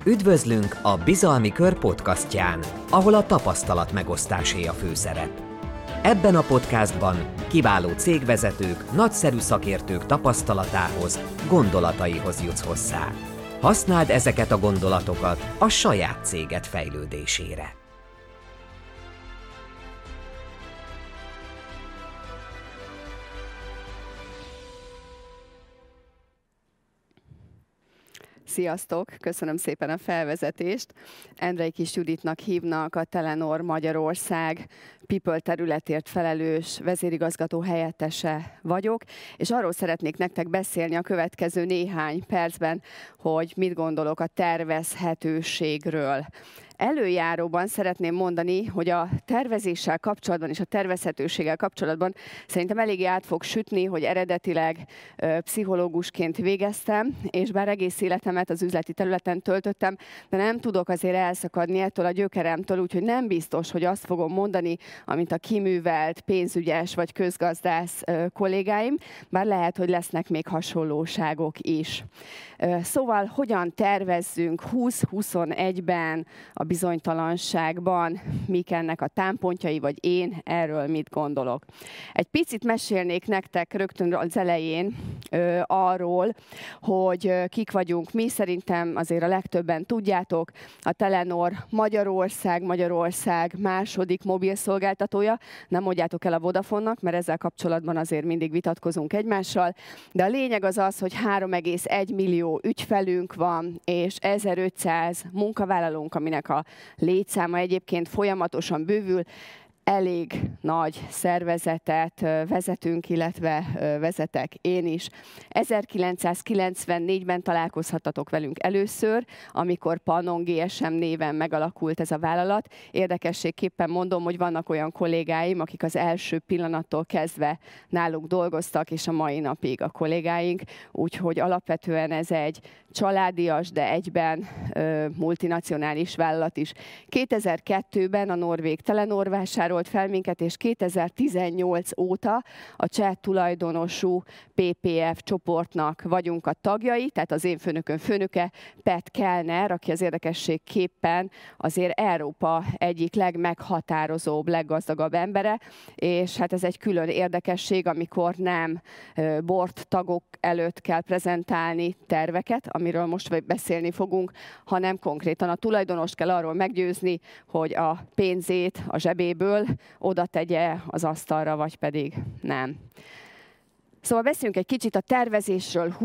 Üdvözlünk a Bizalmi Kör podcastján, ahol a tapasztalat megosztásé a főszerep. Ebben a podcastban kiváló cégvezetők, nagyszerű szakértők tapasztalatához, gondolataihoz jutsz hozzá. Használd ezeket a gondolatokat a saját céged fejlődésére. Sziasztok! Köszönöm szépen a felvezetést. Endrei Kis Juditnak hívnak, a Telenor Magyarország People területért felelős vezérigazgató helyettese vagyok, és arról szeretnék nektek beszélni a következő néhány percben, hogy mit gondolok a tervezhetőségről. Előjáróban szeretném mondani, hogy a tervezéssel kapcsolatban és a tervezhetőséggel kapcsolatban szerintem eléggé át fog sütni, hogy eredetileg pszichológusként végeztem, és bár egész életemet az üzleti területen töltöttem, de nem tudok azért elszakadni ettől a gyökeremtől, úgyhogy nem biztos, hogy azt fogom mondani, amit a kiművelt, pénzügyes vagy közgazdász kollégáim, bár lehet, hogy lesznek még hasonlóságok is. Szóval hogyan tervezzünk 2021-ben a bizonytalanságban, mik ennek a támpontjai, vagy én erről mit gondolok. Egy picit mesélnék nektek rögtön az elején arról, hogy kik vagyunk mi, szerintem azért a legtöbben tudjátok, a Telenor Magyarország második mobilszolgáltatója, nem mondjátok el a Vodafonnak, mert ezzel kapcsolatban azért mindig vitatkozunk egymással, de a lényeg az az, hogy 3,1 millió ügyfelünk van, és 1500 munkavállalónk, aminek a létszáma egyébként folyamatosan bővül. Elég nagy szervezetet vezetünk, illetve vezetek én is. 1994-ben találkozhattatok velünk először, amikor Pannon GSM néven megalakult ez a vállalat. Érdekességképpen mondom, hogy vannak olyan kollégáim, akik az első pillanattól kezdve nálunk dolgoztak, és a mai napig a kollégáink. Úgyhogy alapvetően ez egy családias, de egyben multinacionális vállalat is. 2002-ben a norvég Telenor vásárolt fel minket, és 2018 óta a cseh tulajdonosú PPF csoportnak vagyunk a tagjai, tehát az én főnököm főnöke Pat Kellner, aki az érdekességképpen azért Európa egyik legmeghatározóbb, leggazdagabb embere, és hát ez egy külön érdekesség, amikor nem board tagok előtt kell prezentálni terveket, amiről most beszélni fogunk, hanem konkrétan a tulajdonost kell arról meggyőzni, hogy a pénzét a zsebéből oda tegye az asztalra, vagy pedig nem. Szóval beszéljünk egy kicsit a tervezésről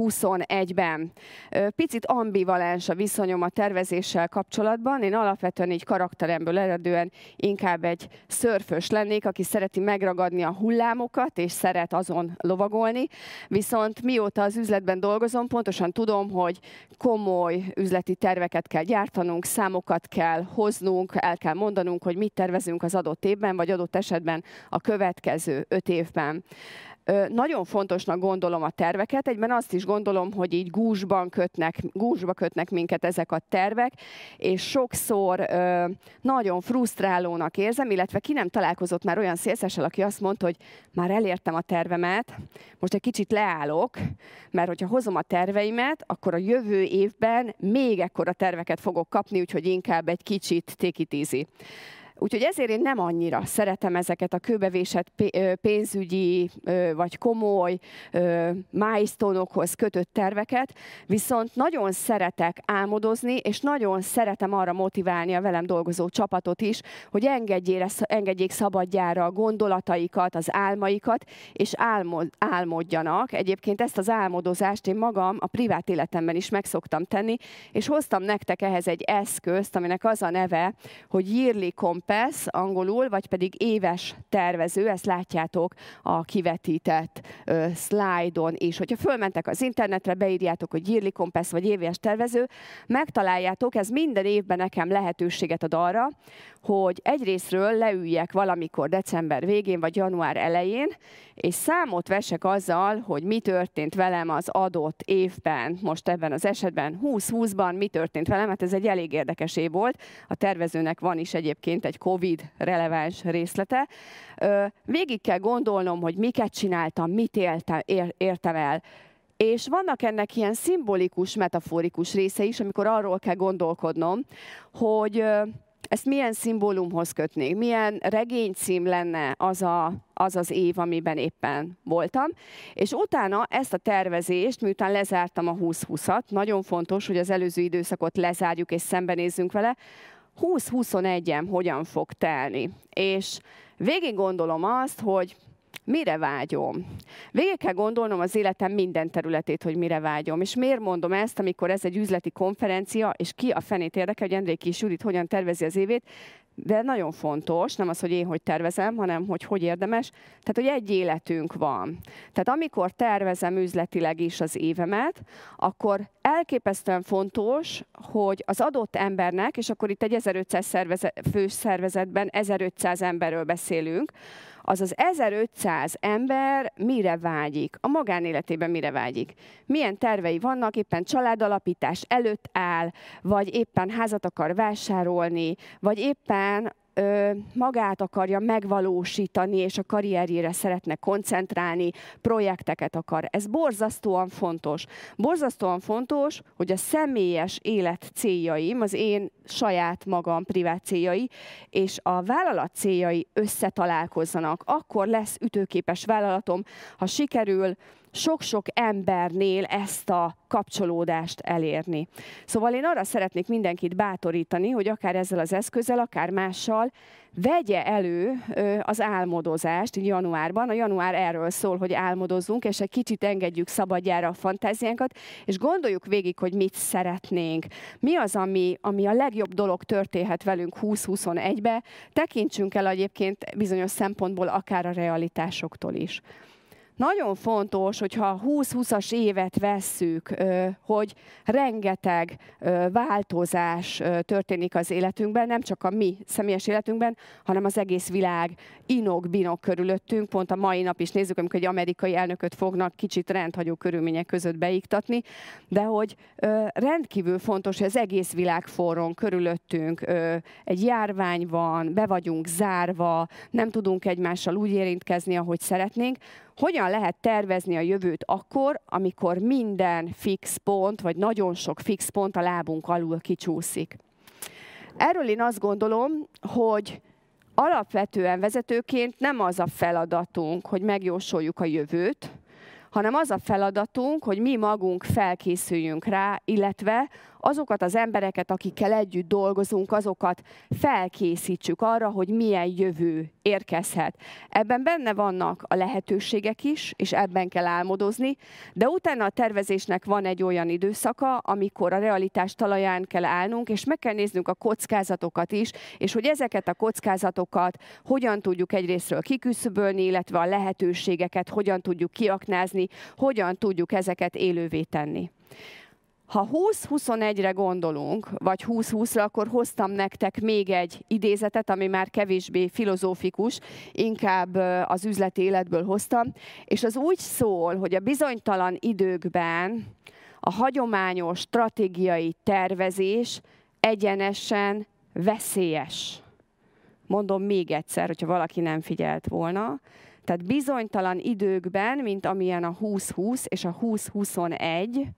2021-ben. Picit ambivalens a viszonyom a tervezéssel kapcsolatban. Én alapvetően így karakteremből eredően inkább egy szörfös lennék, aki szereti megragadni a hullámokat, és szeret azon lovagolni. Viszont mióta az üzletben dolgozom, pontosan tudom, hogy komoly üzleti terveket kell gyártanunk, számokat kell hoznunk, el kell mondanunk, hogy mit tervezünk az adott évben, vagy adott esetben a következő 5 évben. Nagyon fontosnak gondolom a terveket, egyben azt is gondolom, hogy így gúzsba kötnek minket ezek a tervek, és sokszor nagyon frusztrálónak érzem, illetve ki nem találkozott már olyan szélszessel, aki azt mondta, hogy már elértem a tervemet, most egy kicsit leállok, mert hogyha hozom a terveimet, akkor a jövő évben még ekkora terveket fogok kapni, úgyhogy inkább egy kicsit take it easy. Úgyhogy ezért én nem annyira szeretem ezeket a kőbevésett pénzügyi vagy komoly milestone-okhoz kötött terveket, viszont nagyon szeretek álmodozni, és nagyon szeretem arra motiválni a velem dolgozó csapatot is, hogy engedjék szabadjára a gondolataikat, az álmaikat, és álmodjanak. Egyébként ezt az álmodozást én magam a privát életemben is meg szoktam tenni, és hoztam nektek ehhez egy eszközt, aminek az a neve, hogy Yearly Compass angolul, vagy pedig éves tervező, ezt látjátok a kivetített szlájdon is. Hogyha fölmentek az internetre, beírjátok, hogy Yearly Compass vagy éves tervező, megtaláljátok, ez minden évben nekem lehetőséget ad arra, hogy egyrészről leüljek valamikor december végén vagy január elején, és számot vessek azzal, hogy mi történt velem az adott évben, most ebben az esetben 2020-ban mi történt velem, hát ez egy elég érdekes év volt, a tervezőnek van is egyébként egy Covid releváns részlete. Végig kell gondolnom, hogy miket csináltam, mit értem el, És vannak ennek ilyen szimbolikus, metaforikus része is, amikor arról kell gondolkodnom, hogy ezt milyen szimbólumhoz kötnék, milyen regénycím lenne az az év, amiben éppen voltam. És utána ezt a tervezést, miután lezártam a 2020-at, nagyon fontos, hogy az előző időszakot lezárjuk és szembenézzünk vele, 2021-en hogyan fog telni. És végig gondolom azt, hogy mire vágyom. Végig kell gondolnom az életem minden területét, hogy mire vágyom. És miért mondom ezt, amikor ez egy üzleti konferencia, és ki a fenét érdekel, hogy Endréki Judit hogyan tervezi az évét, de nagyon fontos, nem az, hogy én hogy tervezem, hanem hogy érdemes. Tehát, hogy egy életünk van. Tehát amikor tervezem üzletileg is az évemet, akkor elképesztően fontos, hogy az adott embernek, és akkor itt egy 1500 fős szervezetben 1500 emberről beszélünk, az 1500 ember mire vágyik, a magánéletében mire vágyik. Milyen tervei vannak, éppen családalapítás előtt áll, vagy éppen házat akar vásárolni, vagy éppen magát akarja megvalósítani, és a karrierjére szeretne koncentrálni, projekteket akar. Ez borzasztóan fontos. Borzasztóan fontos, hogy a személyes élet céljaim, az én saját magam privát céljai, és a vállalat céljai összetalálkozzanak. Akkor lesz ütőképes vállalatom, ha sikerül sok-sok embernél ezt a kapcsolódást elérni. Szóval én arra szeretnék mindenkit bátorítani, hogy akár ezzel az eszközzel, akár mással vegye elő az álmodozást januárban. A január erről szól, hogy álmodozzunk, és egy kicsit engedjük szabadjára a fantáziánkat, és gondoljuk végig, hogy mit szeretnénk. Mi az, ami a legjobb dolog történhet velünk 2021-ben. Tekintsünk el egyébként bizonyos szempontból akár a realitásoktól is. Nagyon fontos, hogyha a 2020-as évet vesszük, hogy rengeteg változás történik az életünkben, nem csak a mi személyes életünkben, hanem az egész világ inok-binok körülöttünk. Pont a mai nap is nézzük, amikor egy amerikai elnököt fognak kicsit rendhagyó körülmények között beiktatni, de hogy rendkívül fontos, hogy az egész világ forrong körülöttünk, egy járvány van, be vagyunk zárva, nem tudunk egymással úgy érintkezni, ahogy szeretnénk. Hogyan lehet tervezni a jövőt akkor, amikor minden fix pont, vagy nagyon sok fix pont a lábunk alul kicsúszik? Erről én azt gondolom, hogy alapvetően vezetőként nem az a feladatunk, hogy megjósoljuk a jövőt, hanem az a feladatunk, hogy mi magunk felkészüljünk rá, illetve azokat az embereket, akikkel együtt dolgozunk, azokat felkészítsük arra, hogy milyen jövő érkezhet. Ebben benne vannak a lehetőségek is, és ebben kell álmodozni, de utána a tervezésnek van egy olyan időszaka, amikor a realitás talaján kell állnunk, és meg kell néznünk a kockázatokat is, és hogy ezeket a kockázatokat hogyan tudjuk egyrésztről kiküszöbölni, illetve a lehetőségeket hogyan tudjuk kiaknázni, hogyan tudjuk ezeket élővé tenni. Ha 2021-re gondolunk, vagy 2020-ra, akkor hoztam nektek még egy idézetet, ami már kevésbé filozófikus, inkább az üzleti életből hoztam, és az úgy szól, hogy a bizonytalan időkben a hagyományos stratégiai tervezés egyenesen veszélyes. Mondom még egyszer, hogyha valaki nem figyelt volna. Tehát bizonytalan időkben, mint amilyen a 2020 és a 2021,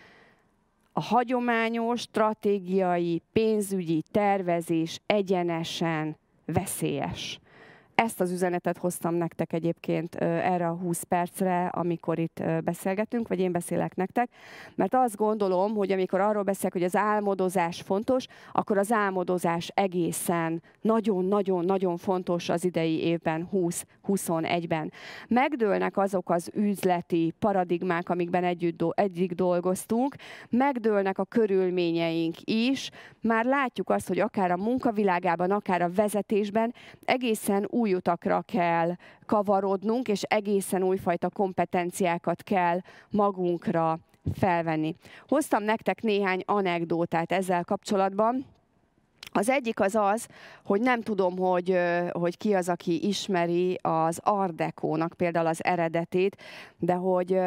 a hagyományos, stratégiai, pénzügyi tervezés egyenesen veszélyes. Ezt az üzenetet hoztam nektek egyébként erre a 20 percre, amikor itt beszélgetünk, vagy én beszélek nektek, mert azt gondolom, hogy amikor arról beszélek, hogy az álmodozás fontos, akkor az álmodozás egészen nagyon-nagyon-nagyon fontos az idei évben, 2021-ben. Megdőlnek azok az üzleti paradigmák, amikben együtt dolgoztunk, megdőlnek a körülményeink is, már látjuk azt, hogy akár a munkavilágában, akár a vezetésben egészen új utakra kell kavarodnunk, és egészen újfajta kompetenciákat kell magunkra felvenni. Hoztam nektek néhány anekdótát ezzel kapcsolatban. Az egyik az, hogy nem tudom, hogy ki az, aki ismeri az Art Deco-nak például az eredetét, de hogy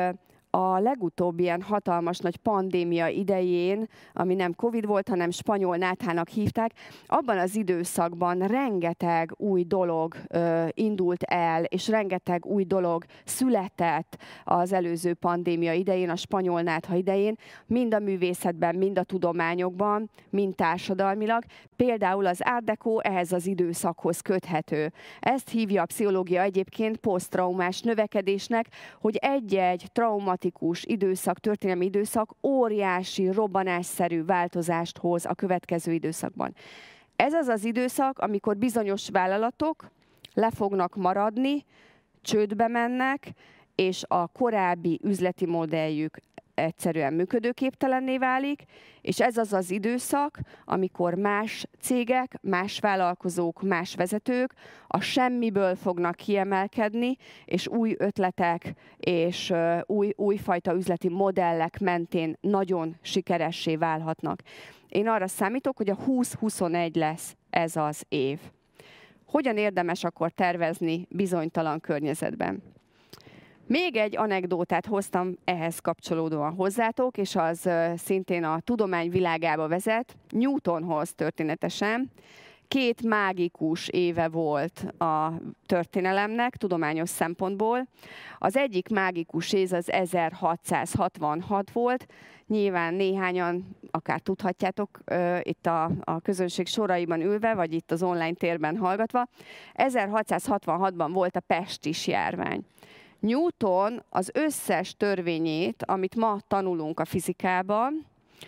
a legutóbbi ilyen hatalmas nagy pandémia idején, ami nem Covid volt, hanem spanyol náthának hívták, abban az időszakban rengeteg új dolog indult el, és rengeteg új dolog született az előző pandémia idején, a spanyol nátha idején, mind a művészetben, mind a tudományokban, mind társadalmilag. Például az Art Deco ehhez az időszakhoz köthető. Ezt hívja a pszichológia egyébként poszttraumás növekedésnek, hogy egy-egy traumatikus időszak, történelmi időszak óriási, robbanásszerű változást hoz a következő időszakban. Ez az az időszak, amikor bizonyos vállalatok le fognak maradni, csődbe mennek, és a korábbi üzleti modelljük egyszerűen működőképtelenné válik, és ez az az időszak, amikor más cégek, más vállalkozók, más vezetők a semmiből fognak kiemelkedni, és új ötletek és újfajta üzleti modellek mentén nagyon sikeressé válhatnak. Én arra számítok, hogy a 2021 lesz ez az év. Hogyan érdemes akkor tervezni bizonytalan környezetben? Még egy anekdótát hoztam ehhez kapcsolódóan hozzátok, és az szintén a tudomány világába vezet, Newtonhoz történetesen. 2 mágikus éve volt a történelemnek, tudományos szempontból. Az egyik mágikus év az 1666 volt, nyilván néhányan akár tudhatjátok itt a közönség soraiban ülve, vagy itt az online térben hallgatva. 1666-ban volt a pestis járvány. Newton az összes törvényét, amit ma tanulunk a fizikában,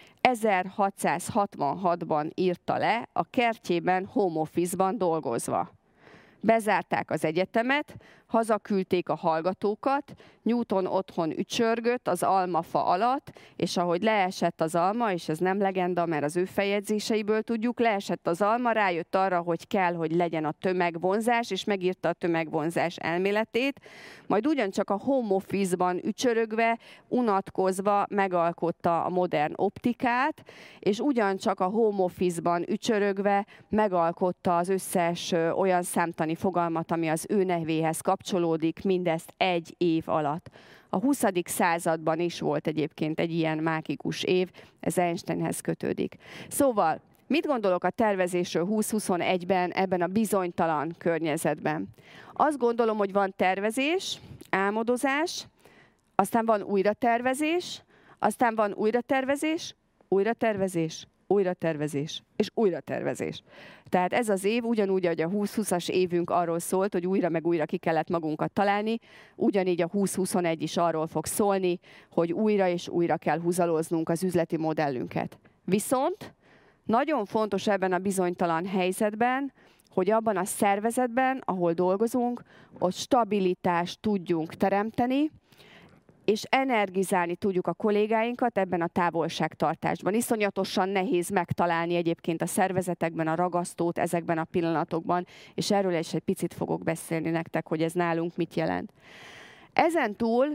1666-ban írta le a kertjében home office-ban dolgozva. Bezárták az egyetemet, hazaküldték a hallgatókat, Newton otthon ücsörgött az almafa alatt, és ahogy leesett az alma, és ez nem legenda, mert az ő feljegyzéseiből tudjuk, leesett az alma, rájött arra, hogy kell, hogy legyen a tömegvonzás, és megírta a tömegvonzás elméletét, majd ugyancsak a home office-ban ücsörögve, unatkozva megalkotta a modern optikát, és ugyancsak a home office-ban ücsörögve megalkotta az összes olyan számtani fogalmat, ami az ő nevéhez kapcsolódik, mindezt egy év alatt. A 20. században is volt egyébként egy ilyen mágikus év, ez Einsteinhez kötődik. Szóval, mit gondolok a tervezésről 2021-ben, ebben a bizonytalan környezetben? Azt gondolom, hogy van tervezés, álmodozás, aztán van újratervezés, aztán van újratervezés, újratervezés, újratervezés és újratervezés. Tehát ez az év ugyanúgy, ahogy a 2020-as évünk arról szólt, hogy újra meg újra ki kellett magunkat találni, ugyanígy a 2021 is arról fog szólni, hogy újra és újra kell húzaloznunk az üzleti modellünket. Viszont nagyon fontos ebben a bizonytalan helyzetben, hogy abban a szervezetben, ahol dolgozunk, ott stabilitást tudjunk teremteni, és energizálni tudjuk a kollégáinkat ebben a távolságtartásban. Iszonyatosan nehéz megtalálni egyébként a szervezetekben a ragasztót ezekben a pillanatokban, és erről is egy picit fogok beszélni nektek, hogy ez nálunk mit jelent. Ezen túl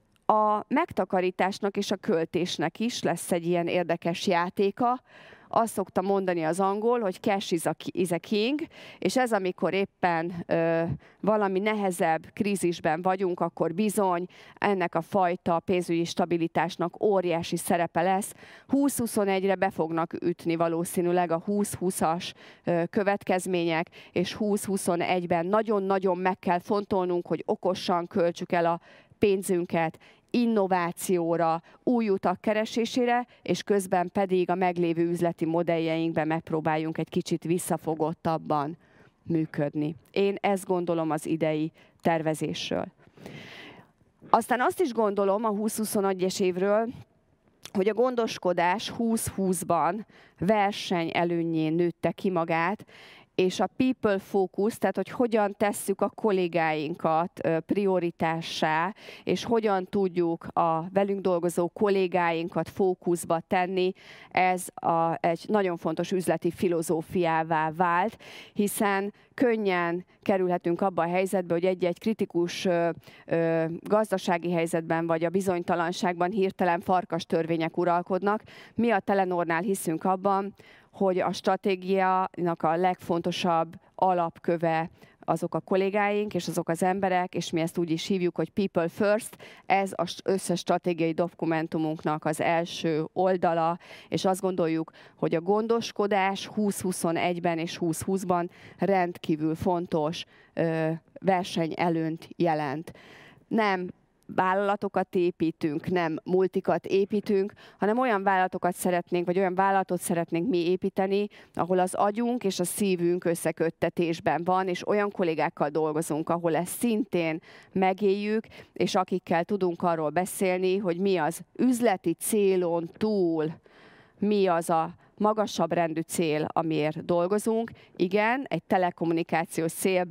a megtakarításnak és a költésnek is lesz egy ilyen érdekes játéka. Azt szokta mondani az angol, hogy cash is a king, és ez amikor éppen valami nehezebb krízisben vagyunk, akkor bizony ennek a fajta pénzügyi stabilitásnak óriási szerepe lesz. 2021-re be fognak ütni valószínűleg a 2020-as következmények, és 2021-ben nagyon-nagyon meg kell fontolnunk, hogy okosan költsük el a pénzünket, innovációra, új utak keresésére, és közben pedig a meglévő üzleti modelljeinkben megpróbáljunk egy kicsit visszafogottabban működni. Én ezt gondolom az idei tervezésről. Aztán azt is gondolom a 2021-es évről, hogy a gondoskodás 2020-ban versenyelőnnyén nőtte ki magát, és a people focus, tehát hogy hogyan tesszük a kollégáinkat prioritássá, és hogyan tudjuk a velünk dolgozó kollégáinkat fókuszba tenni, ez egy nagyon fontos üzleti filozófiává vált, hiszen könnyen kerülhetünk abba a helyzetbe, hogy egy-egy kritikus gazdasági helyzetben, vagy a bizonytalanságban hirtelen farkas törvények uralkodnak. Mi a Telenornál hiszünk abban, hogy a stratégiának a legfontosabb alapköve azok a kollégáink, és azok az emberek, és mi ezt úgy is hívjuk, hogy People First, ez az összes stratégiai dokumentumunknak az első oldala, és azt gondoljuk, hogy a gondoskodás 2021-ben és 2020-ban rendkívül fontos versenyelőnyt jelent. Nem vállalatokat építünk, nem multikat építünk, hanem olyan vállalatokat szeretnénk, vagy olyan vállalatot szeretnénk mi építeni, ahol az agyunk és a szívünk összeköttetésben van, és olyan kollégákkal dolgozunk, ahol ezt szintén megéljük, és akikkel tudunk arról beszélni, hogy mi az üzleti célon túl, mi az a magasabb rendű cél, amiért dolgozunk. Igen, egy telekommunikációs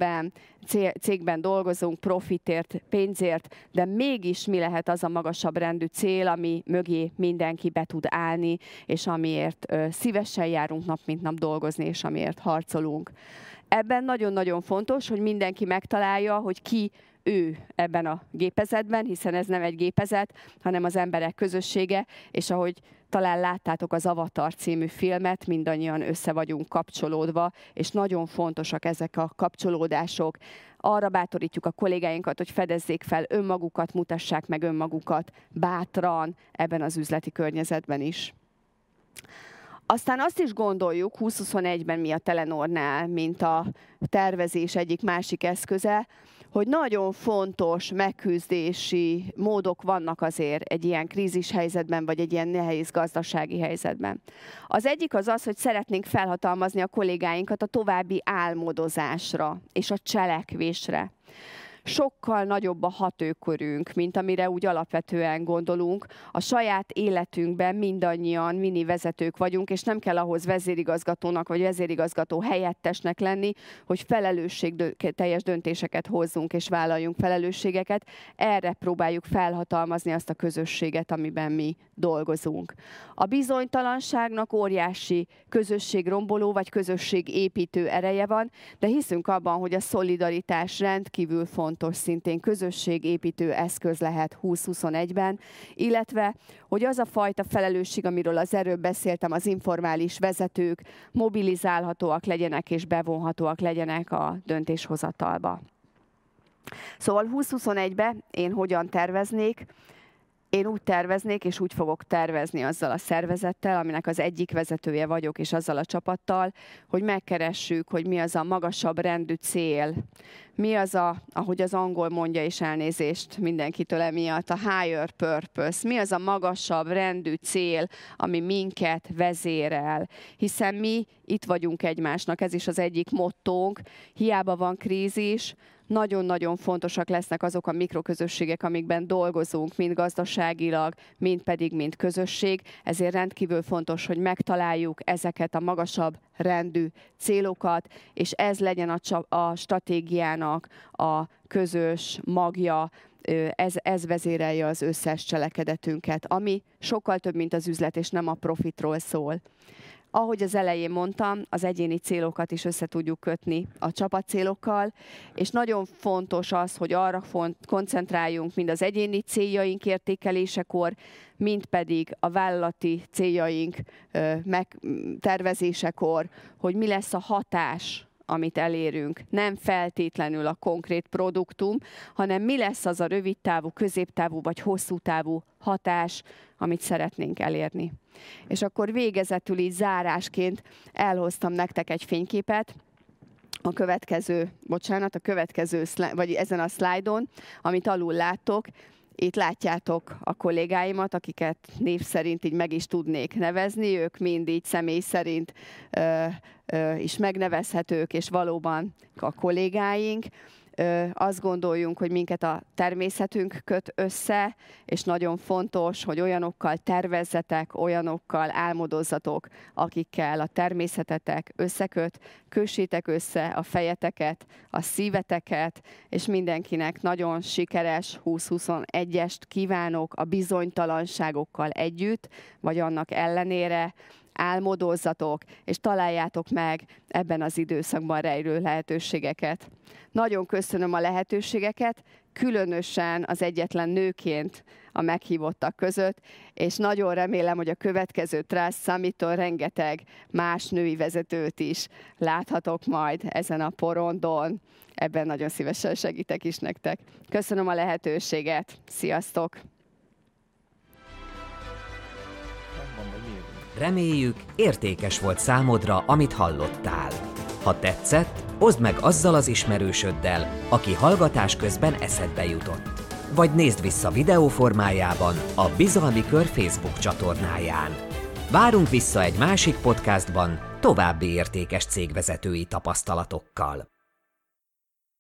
cégben dolgozunk, profitért, pénzért, de mégis mi lehet az a magasabb rendű cél, ami mögé mindenki be tud állni, és amiért szívesen járunk nap mint nap dolgozni, és amiért harcolunk. Ebben nagyon-nagyon fontos, hogy mindenki megtalálja, hogy ki ő ebben a gépezetben, hiszen ez nem egy gépezet, hanem az emberek közössége, és ahogy talán láttátok az Avatar című filmet, mindannyian össze vagyunk kapcsolódva, és nagyon fontosak ezek a kapcsolódások. Arra bátorítjuk a kollégáinkat, hogy fedezzék fel önmagukat, mutassák meg önmagukat bátran ebben az üzleti környezetben is. Aztán azt is gondoljuk, 2021-ben mi a Telenornál, mint a tervezés egyik másik eszköze, hogy nagyon fontos megküzdési módok vannak azért egy ilyen krízis helyzetben, vagy egy ilyen nehéz gazdasági helyzetben. Az egyik az az, hogy szeretnénk felhatalmazni a kollégáinkat a további álmodozásra és a cselekvésre. Sokkal nagyobb a hatókörünk, mint amire úgy alapvetően gondolunk. A saját életünkben mindannyian mini vezetők vagyunk, és nem kell ahhoz vezérigazgatónak vagy vezérigazgató helyettesnek lenni, hogy felelősségteljes döntéseket hozzunk és vállaljunk felelősségeket. Erre próbáljuk felhatalmazni azt a közösséget, amiben mi dolgozunk. A bizonytalanságnak óriási közösségromboló vagy közösségépítő ereje van, de hiszünk abban, hogy a szolidaritás rendkívül fontos, szintén közösségépítő eszköz lehet 2021-ben, illetve, hogy az a fajta felelősség, amiről az előbb beszéltem, az informális vezetők mobilizálhatóak legyenek és bevonhatóak legyenek a döntéshozatalba. Szóval 2021-ben én hogyan terveznék? Én úgy terveznék, és úgy fogok tervezni azzal a szervezettel, aminek az egyik vezetője vagyok, és azzal a csapattal, hogy megkeressük, hogy mi az a magasabb rendű cél, mi az a, ahogy az angol mondja is, elnézést mindenkitől emiatt, a higher purpose, mi az a magasabb rendű cél, ami minket vezérel. Hiszen mi itt vagyunk egymásnak, ez is az egyik mottónk, hiába van krízis, nagyon-nagyon fontosak lesznek azok a mikroközösségek, amikben dolgozunk, mind gazdaságilag, mind pedig mind közösség. Ezért rendkívül fontos, hogy megtaláljuk ezeket a magasabb rendű célokat, és ez legyen a stratégiának a közös magja, ez vezérelje az összes cselekedetünket, ami sokkal több, mint az üzlet, és nem a profitról szól. Ahogy az elején mondtam, az egyéni célokat is össze tudjuk kötni a csapatcélokkal, és nagyon fontos az, hogy arra koncentráljunk mind az egyéni céljaink értékelésekor, mind pedig a vállalati céljaink megtervezésekor, hogy mi lesz a hatás, amit elérünk. Nem feltétlenül a konkrét produktum, hanem mi lesz az a rövidtávú, középtávú vagy hosszú távú hatás, amit szeretnénk elérni. És akkor végezetül így zárásként elhoztam nektek egy fényképet, a következő, vagy ezen a szlájdon, amit alul láttok. Itt látjátok a kollégáimat, akiket név szerint így meg is tudnék nevezni, ők mind így személy szerint is megnevezhetők, és valóban a kollégáink. Azt gondoljunk, hogy minket a természetünk köt össze, és nagyon fontos, hogy olyanokkal tervezzetek, olyanokkal álmodozzatok, akikkel a természetetek összeköt, kössétek össze a fejeteket, a szíveteket, és mindenkinek nagyon sikeres 2021-est kívánok a bizonytalanságokkal együtt, vagy annak ellenére, álmodozzatok, és találjátok meg ebben az időszakban rejlő lehetőségeket. Nagyon köszönöm a lehetőségeket, különösen az egyetlen nőként a meghívottak között, és nagyon remélem, hogy a következő Trust Summit-től rengeteg más női vezetőt is láthatok majd ezen a porondon. Ebben nagyon szívesen segítek is nektek. Köszönöm a lehetőséget. Sziasztok! Reméljük, értékes volt számodra, amit hallottál. Ha tetszett, oszd meg azzal az ismerősöddel, aki hallgatás közben eszedbe jutott. Vagy nézd vissza videó formájában a Bizalmi Kör Facebook csatornáján. Várunk vissza egy másik podcastban további értékes cégvezetői tapasztalatokkal.